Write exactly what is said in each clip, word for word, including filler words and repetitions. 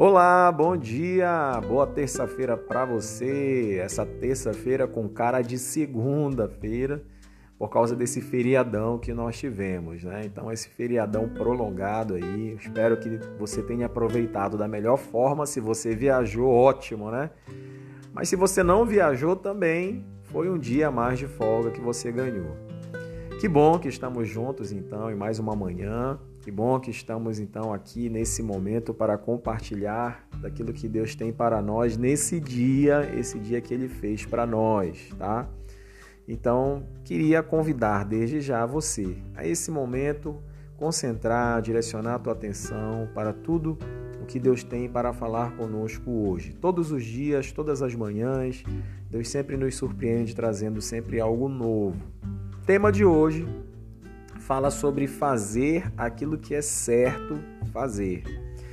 Olá, bom dia, boa terça-feira para você. Essa terça-feira com cara de segunda-feira, por causa desse feriadão que nós tivemos, né? Então, esse feriadão prolongado aí, espero que você tenha aproveitado da melhor forma. Se você viajou, ótimo, né? Mas se você não viajou também, foi um dia a mais de folga que você ganhou. Que bom que estamos juntos, então, em mais uma manhã. Que bom que estamos, então, aqui nesse momento para compartilhar daquilo que Deus tem para nós nesse dia, esse dia que Ele fez para nós, tá? Então, queria convidar desde já você a esse momento, concentrar, direcionar a tua atenção para tudo o que Deus tem para falar conosco hoje. Todos os dias, todas as manhãs, Deus sempre nos surpreende trazendo sempre algo novo. Tema de hoje fala sobre fazer aquilo que é certo fazer.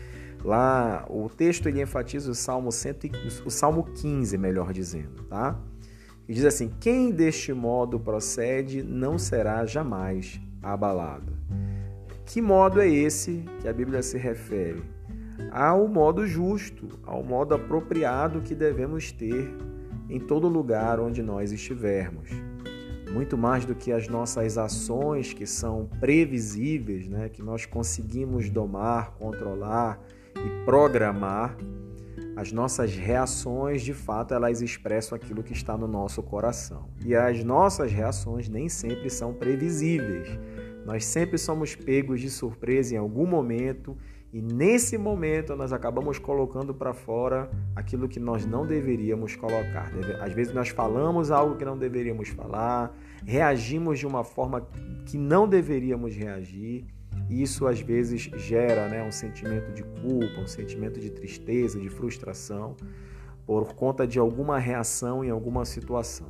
Lá, o texto ele enfatiza o Salmo, cento, o Salmo quinze, melhor dizendo, tá? E diz assim: quem deste modo procede não será jamais abalado. Que modo é esse que a Bíblia se refere? Ao modo justo, ao modo apropriado que devemos ter em todo lugar onde nós estivermos. Muito mais do que as nossas ações que são previsíveis, né, que nós conseguimos domar, controlar e programar, as nossas reações, de fato, elas expressam aquilo que está no nosso coração. E as nossas reações nem sempre são previsíveis. Nós sempre somos pegos de surpresa em algum momento e nesse momento nós acabamos colocando para fora aquilo que nós não deveríamos colocar. Às vezes nós falamos algo que não deveríamos falar, reagimos de uma forma que não deveríamos reagir, e isso às vezes gera, né, um sentimento de culpa, um sentimento de tristeza, de frustração, por conta de alguma reação em alguma situação.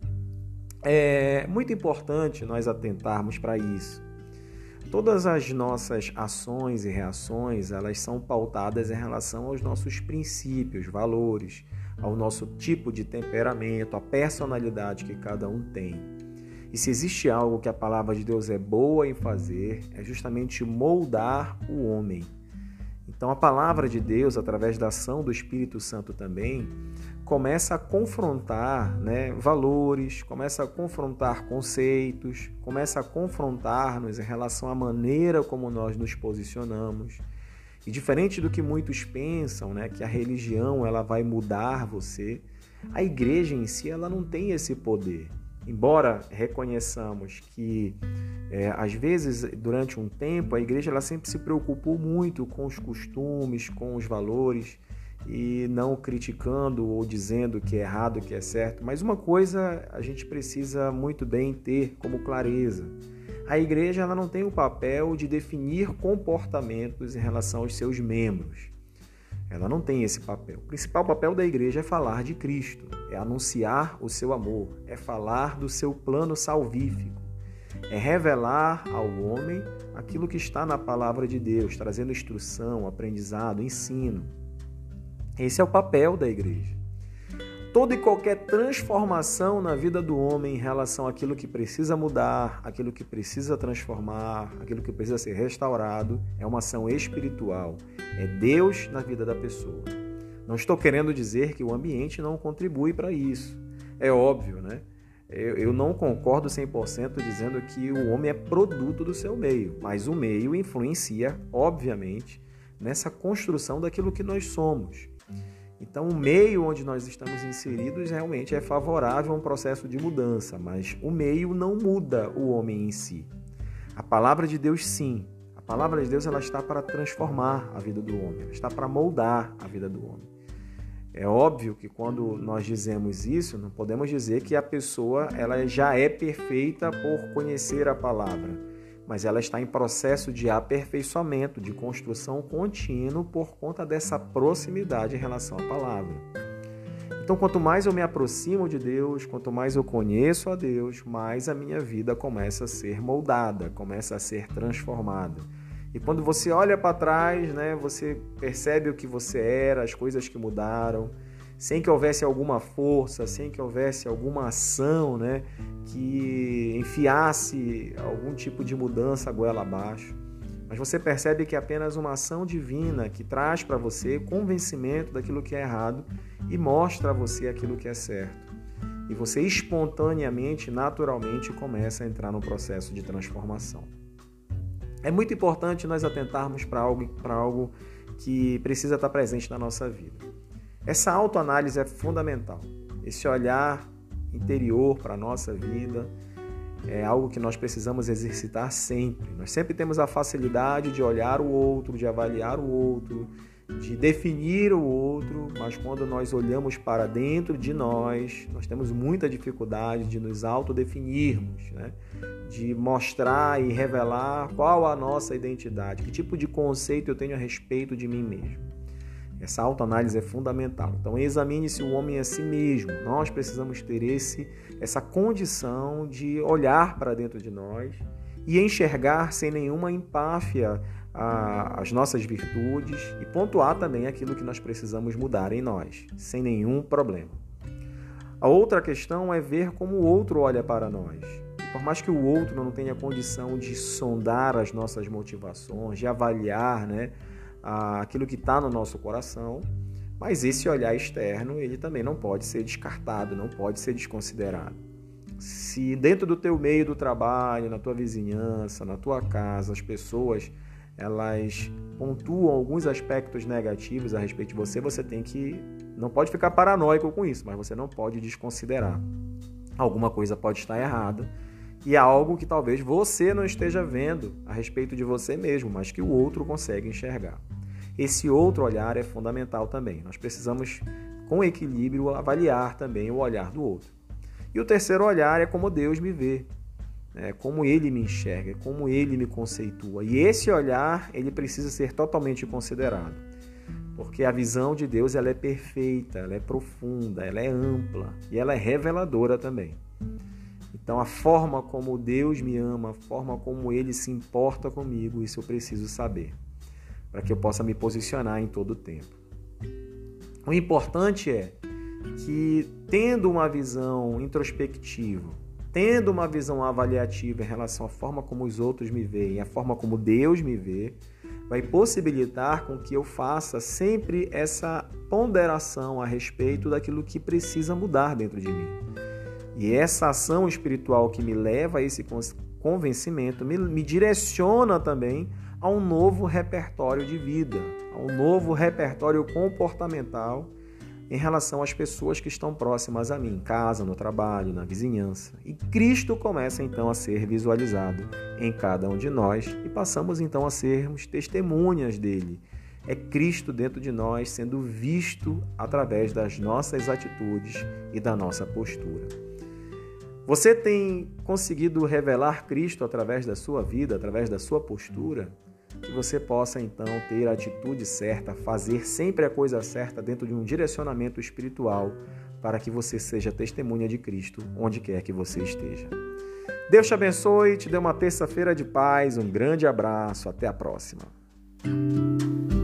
É muito importante nós atentarmos para isso. Todas as nossas ações e reações, elas são pautadas em relação aos nossos princípios, valores, ao nosso tipo de temperamento, à personalidade que cada um tem. E se existe algo que a palavra de Deus é boa em fazer, é justamente moldar o homem. Então a palavra de Deus, através da ação do Espírito Santo também, começa a confrontar, né, valores, começa a confrontar conceitos, começa a confrontar-nos em relação à maneira como nós nos posicionamos. E diferente do que muitos pensam, né, que a religião ela vai mudar você, a igreja em si ela não tem esse poder. Embora reconheçamos que, é, às vezes, durante um tempo, a igreja ela sempre se preocupou muito com os costumes, com os valores, e não criticando ou dizendo que é errado, que é certo. Mas uma coisa a gente precisa muito bem ter como clareza. A igreja ela não tem o papel de definir comportamentos em relação aos seus membros. Ela não tem esse papel. O principal papel da igreja é falar de Cristo, é anunciar o seu amor, é falar do seu plano salvífico, é revelar ao homem aquilo que está na palavra de Deus, trazendo instrução, aprendizado, ensino. Esse é o papel da igreja. Toda e qualquer transformação na vida do homem em relação àquilo que precisa mudar, aquilo que precisa transformar, aquilo que precisa ser restaurado, é uma ação espiritual. É Deus na vida da pessoa. Não estou querendo dizer que o ambiente não contribui para isso. É óbvio, né? Eu, eu não concordo cem por cento dizendo que o homem é produto do seu meio, mas o meio influencia, obviamente, nessa construção daquilo que nós somos. Então, o meio onde nós estamos inseridos realmente é favorável a um processo de mudança, mas o meio não muda o homem em si. A palavra de Deus, sim. A palavra de Deus ela está para transformar a vida do homem, ela está para moldar a vida do homem. É óbvio que quando nós dizemos isso, não podemos dizer que a pessoa ela já é perfeita por conhecer a palavra, mas ela está em processo de aperfeiçoamento, de construção contínua por conta dessa proximidade em relação à palavra. Então, quanto mais eu me aproximo de Deus, quanto mais eu conheço a Deus, mais a minha vida começa a ser moldada, começa a ser transformada. E quando você olha para trás, né, você percebe o que você era, as coisas que mudaram, sem que houvesse alguma força, sem que houvesse alguma ação, né, que enfiasse algum tipo de mudança goela abaixo. mas você percebe que é apenas uma ação divina que traz para você convencimento daquilo que é errado e mostra a você aquilo que é certo. E você espontaneamente, naturalmente, começa a entrar no processo de transformação. É muito importante nós atentarmos para algo, para algo que precisa estar presente na nossa vida. Essa autoanálise é fundamental. Esse olhar interior para a nossa vida é algo que nós precisamos exercitar sempre. Nós sempre temos a facilidade de olhar o outro, de avaliar o outro, de definir o outro, mas quando nós olhamos para dentro de nós, nós temos muita dificuldade de nos autodefinirmos, né? De mostrar e revelar qual a nossa identidade, que tipo de conceito eu tenho a respeito de mim mesmo. Essa autoanálise é fundamental. Então, examine-se o homem a si mesmo. Nós precisamos ter esse, essa condição de olhar para dentro de nós e enxergar sem nenhuma empáfia a, as nossas virtudes e pontuar também aquilo que nós precisamos mudar em nós, sem nenhum problema. A outra questão é ver como o outro olha para nós. E por mais que o outro não tenha condição de sondar as nossas motivações, de avaliar, né, aquilo que está no nosso coração, mas esse olhar externo ele também não pode ser descartado, não pode ser desconsiderado. Se dentro do teu meio do trabalho, na tua vizinhança, na tua casa, as pessoas elas pontuam alguns aspectos negativos a respeito de você, você tem que, não pode ficar paranoico com isso, mas você não pode desconsiderar. Alguma coisa pode estar errada e é algo que talvez você não esteja vendo a respeito de você mesmo, mas que o outro consegue enxergar. Esse outro olhar é fundamental também. Nós precisamos, com equilíbrio, avaliar também o olhar do outro. E o terceiro olhar é como Deus me vê, é como Ele me enxerga, como Ele me conceitua. E esse olhar, ele precisa ser totalmente considerado, porque a visão de Deus ela é perfeita, ela é profunda, ela é ampla e ela é reveladora também. Então, a forma como Deus me ama, a forma como Ele se importa comigo, isso eu preciso saber, para que eu possa me posicionar em todo o tempo. O importante é que, tendo uma visão introspectiva, tendo uma visão avaliativa em relação à forma como os outros me veem, a forma como Deus me vê, vai possibilitar com que eu faça sempre essa ponderação a respeito daquilo que precisa mudar dentro de mim. E essa ação espiritual que me leva a esse convencimento me, me direciona também a um novo repertório de vida, a um novo repertório comportamental em relação às pessoas que estão próximas a mim, em casa, no trabalho, na vizinhança. E Cristo começa então a ser visualizado em cada um de nós e passamos então a sermos testemunhas dele. É Cristo dentro de nós sendo visto através das nossas atitudes e da nossa postura. Você tem conseguido revelar Cristo através da sua vida, através da sua postura? Que você possa, então, ter a atitude certa, fazer sempre a coisa certa dentro de um direcionamento espiritual para que você seja testemunha de Cristo onde quer que você esteja. Deus te abençoe, te dê uma terça-feira de paz, um grande abraço, até a próxima.